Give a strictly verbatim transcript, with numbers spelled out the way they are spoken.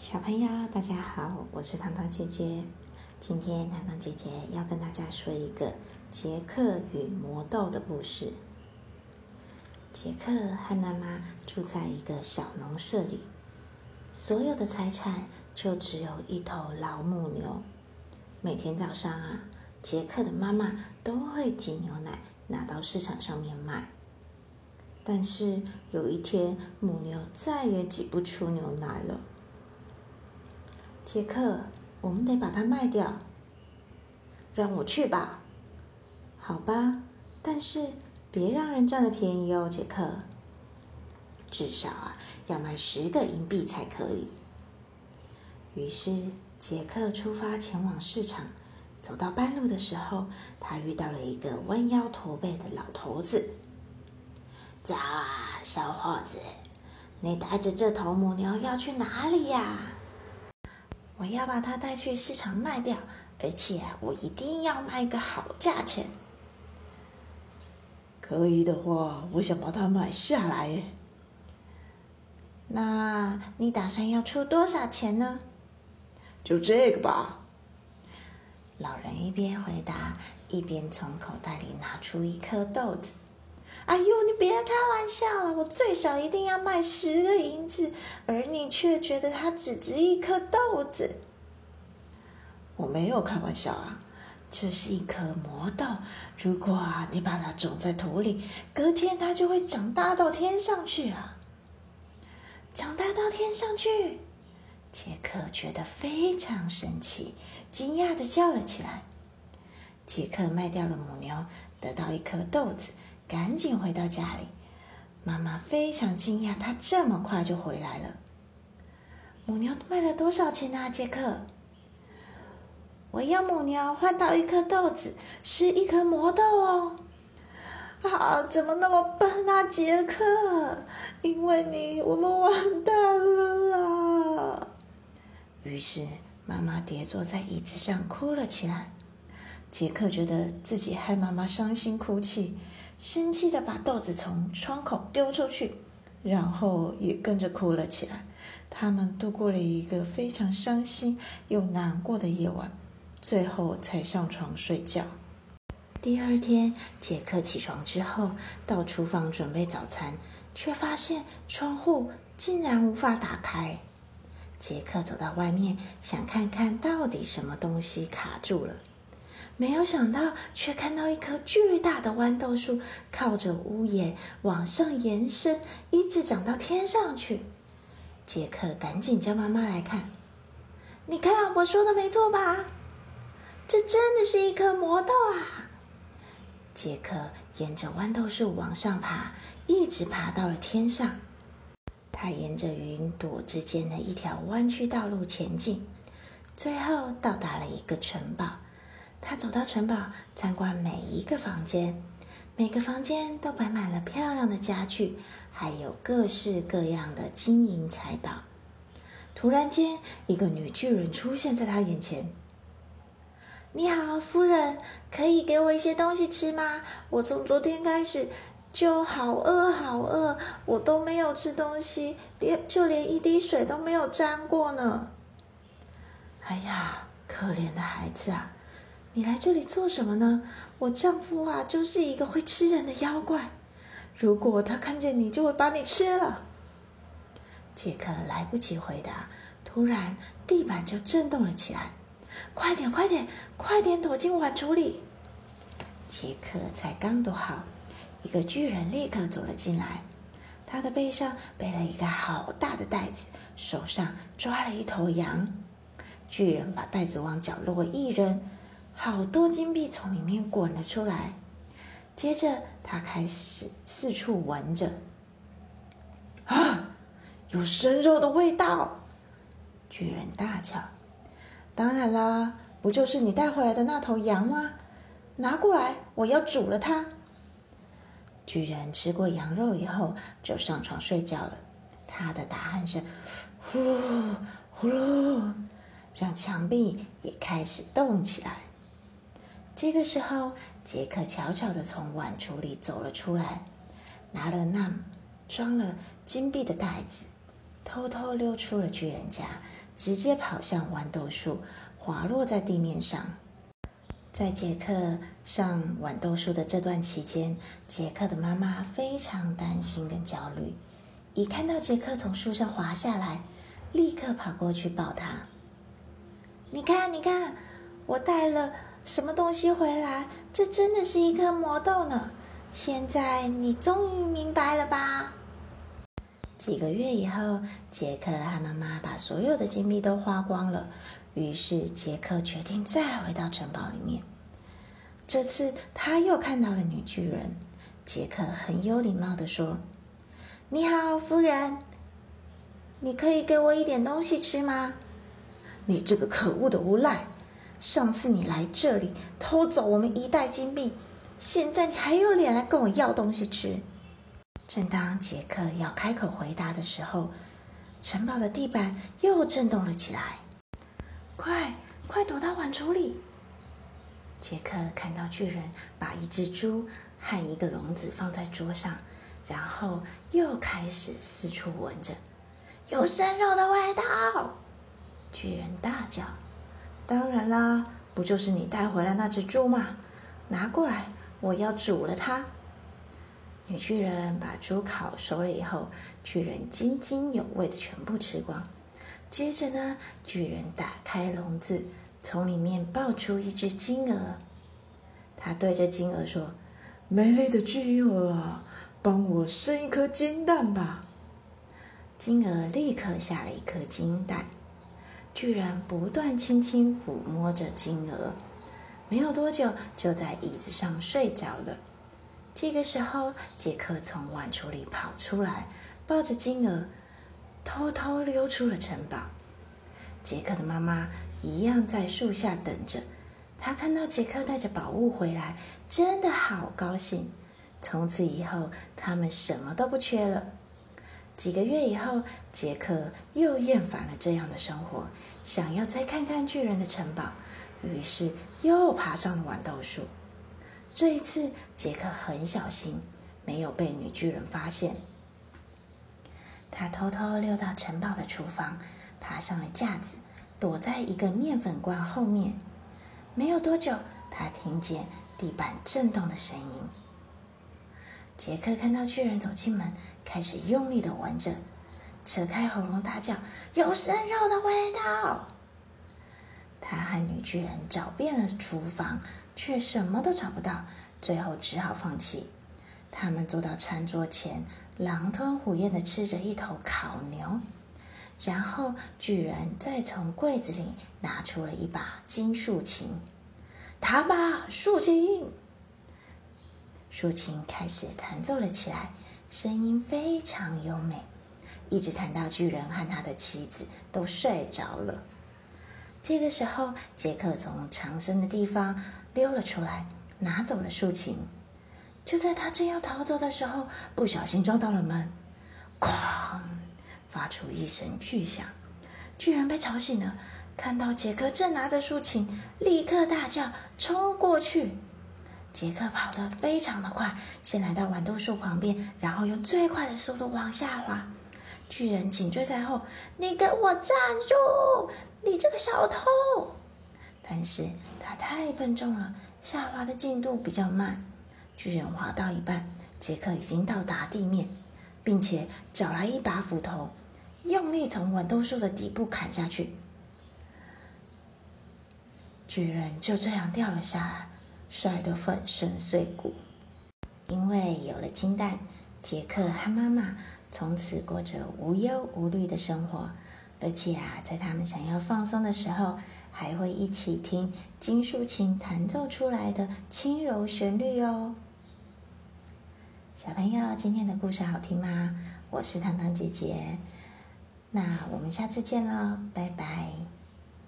小朋友大家好，我是糖糖姐姐。今天糖糖姐姐要跟大家说一个杰克与魔豆的故事。杰克和妈妈住在一个小农舍里，所有的财产就只有一头老母牛。每天早上啊，杰克的妈妈都会挤牛奶拿到市场上面卖。但是有一天，母牛再也挤不出牛奶了。杰克，我们得把它卖掉。让我去吧。好吧，但是别让人占了便宜哦，杰克。至少啊，要卖十个银币才可以。于是杰克出发前往市场。走到半路的时候，他遇到了一个弯腰驼背的老头子。早啊，小伙子，你带着这头母牛要去哪里呀？我要把它带去市场卖掉，而且我一定要卖一个好价钱。 可以的话，我想把它买下来耶。 那你打算要出多少钱呢？ 就这个吧。 老人一边回答，一边从口袋里拿出一颗豆子。哎呦，你别开玩笑了，我最少一定要卖十个银子，而你却觉得它只值一颗豆子。 我没有开玩笑啊， 这是一颗魔豆，如果啊你把它种在土里，隔天它就会长大到天上去啊！长大到天上去！杰克觉得非常神奇，惊讶地叫了起来。杰克卖掉了母牛，得到一颗豆子，赶紧回到家里。妈妈非常惊讶，他这么快就回来了。母牛卖了多少钱啊，杰克？我要母牛换到一颗豆子，是一颗魔豆哦。啊，怎么那么笨啊，杰克？因为你，我们完蛋了啦！于是妈妈跌坐在椅子上哭了起来。杰克觉得自己害妈妈伤心哭泣，生气地把豆子从窗口丢出去，然后也跟着哭了起来。他们度过了一个非常伤心又难过的夜晚，最后才上床睡觉。第二天，杰克起床之后，到厨房准备早餐，却发现窗户竟然无法打开。杰克走到外面，想看看到底什么东西卡住了。没有想到，却看到一棵巨大的豌豆树靠着屋檐往上延伸，一直长到天上去。杰克赶紧叫妈妈来看。你看，我说的没错吧？这真的是一颗魔豆啊！杰克沿着豌豆树往上爬，一直爬到了天上。他沿着云朵之间的一条弯曲道路前进，最后到达了一个城堡。他走到城堡，参观每一个房间，每个房间都摆满了漂亮的家具，还有各式各样的金银财宝。突然间，一个女巨人出现在他眼前。你好，夫人，可以给我一些东西吃吗？我从昨天开始就好饿好饿，我都没有吃东西，连就连一滴水都没有沾过呢。哎呀，可怜的孩子啊，你来这里做什么呢？我丈夫啊，就是一个会吃人的妖怪，如果他看见你，就会把你吃了。杰克来不及回答，突然地板就震动了起来。快点快点快点躲进碗橱里！杰克才刚躲好，一个巨人立刻走了进来。他的背上背了一个好大的袋子，手上抓了一头羊。巨人把袋子往角落一扔，好多金币从里面滚了出来。接着他开始四处闻着。啊，有生肉的味道！巨人大叫。当然啦，不就是你带回来的那头羊吗？拿过来，我要煮了它。巨人吃过羊肉以后，就上床睡觉了。他的打鼾声呼噜呼噜，让墙壁也开始动起来。这个时候，杰克悄悄地从碗橱里走了出来，拿了那装了金币的袋子，偷偷溜出了巨人家， 直接跑向豌豆树，滑落在地面上。在杰克上豌豆树的这段期间，杰克的妈妈非常担心跟焦虑，一看到杰克从树上滑下来，立刻跑过去抱他。你看，你看，我带了什么东西回来？这真的是一颗魔豆呢！现在你终于明白了吧？几个月以后，杰克和妈妈把所有的金币都花光了，于是杰克决定再回到城堡里面。这次他又看到了女巨人，杰克很有礼貌地说：“你好，夫人，你可以给我一点东西吃吗？”“ 你这个可恶的无赖！上次你来这里偷走我们一袋金币，现在你还有脸来跟我要东西吃？” 正当杰克要开口回答的时候，城堡的地板又震动了起来。“快，快躲到碗橱里！”杰克看到巨人把一只猪和一个笼子放在桌上，然后又开始四处闻着，“有生肉的味道！”巨人大叫。“当然啦，不就是你带回来那只猪吗？拿过来，我要煮了它。”女巨人把猪烤熟了以后，巨人津津有味的全部吃光。接着呢，巨人打开笼子，从里面抱出一只金鹅。他对着金鹅说：“ 美丽的金鹅啊，帮我生一颗金蛋吧。” 金鹅立刻下了一颗金蛋。巨人不断轻轻抚摸着金鹅，没有多久就在椅子上睡着了。这个时候，杰克从碗橱里跑出来，抱着金鹅，偷偷溜出了城堡。杰克的妈妈一样在树下等着，她看到杰克带着宝物回来，真的好高兴。从此以后，他们什么都不缺了。几个月以后，杰克又厌烦了这样的生活，想要再看看巨人的城堡，于是又爬上了豌豆树。这一次，杰克很小心，没有被女巨人发现。他偷偷溜到城堡的厨房，爬上了架子，躲在一个面粉罐后面。没有多久，他听见地板震动的声音。杰克看到巨人走进门，开始用力地闻着，扯开喉咙大叫：“有生肉的味道！”他和女巨人找遍了厨房，却什么都找不到，最后只好放弃。他们坐到餐桌前，狼吞虎咽地吃着一头烤牛。然后巨人再从柜子里拿出了一把金竖琴，“弹吧，竖琴！”竖琴开始弹奏了起来，声音非常优美，一直弹到巨人和他的妻子都睡着了。这个时候，杰克从藏身的地方溜了出来，拿走了竖琴。就在他正要逃走的时候，不小心撞到了门，哐，发出一声巨响。巨人被吵醒了，看到杰克正拿着竖琴，立刻大叫，冲过去。杰克跑得非常的快，先来到豌豆树旁边，然后用最快的速度往下滑。巨人紧追在后，“你给我站住！你这个小偷！”但是他太笨重了，下滑的进度比较慢。巨人滑到一半，杰克已经到达地面，并且找来一把斧头，用力从豌豆树的底部砍下去。巨人就这样掉了下来，摔得粉身碎骨。因为有了金蛋，杰克和妈妈从此过着无忧无虑的生活，而且啊，在他们想要放松的时候，还会一起听金竖琴弹奏出来的轻柔旋律哦。小朋友，今天的故事好听吗？我是糖糖姐姐，那我们下次见喽，拜拜。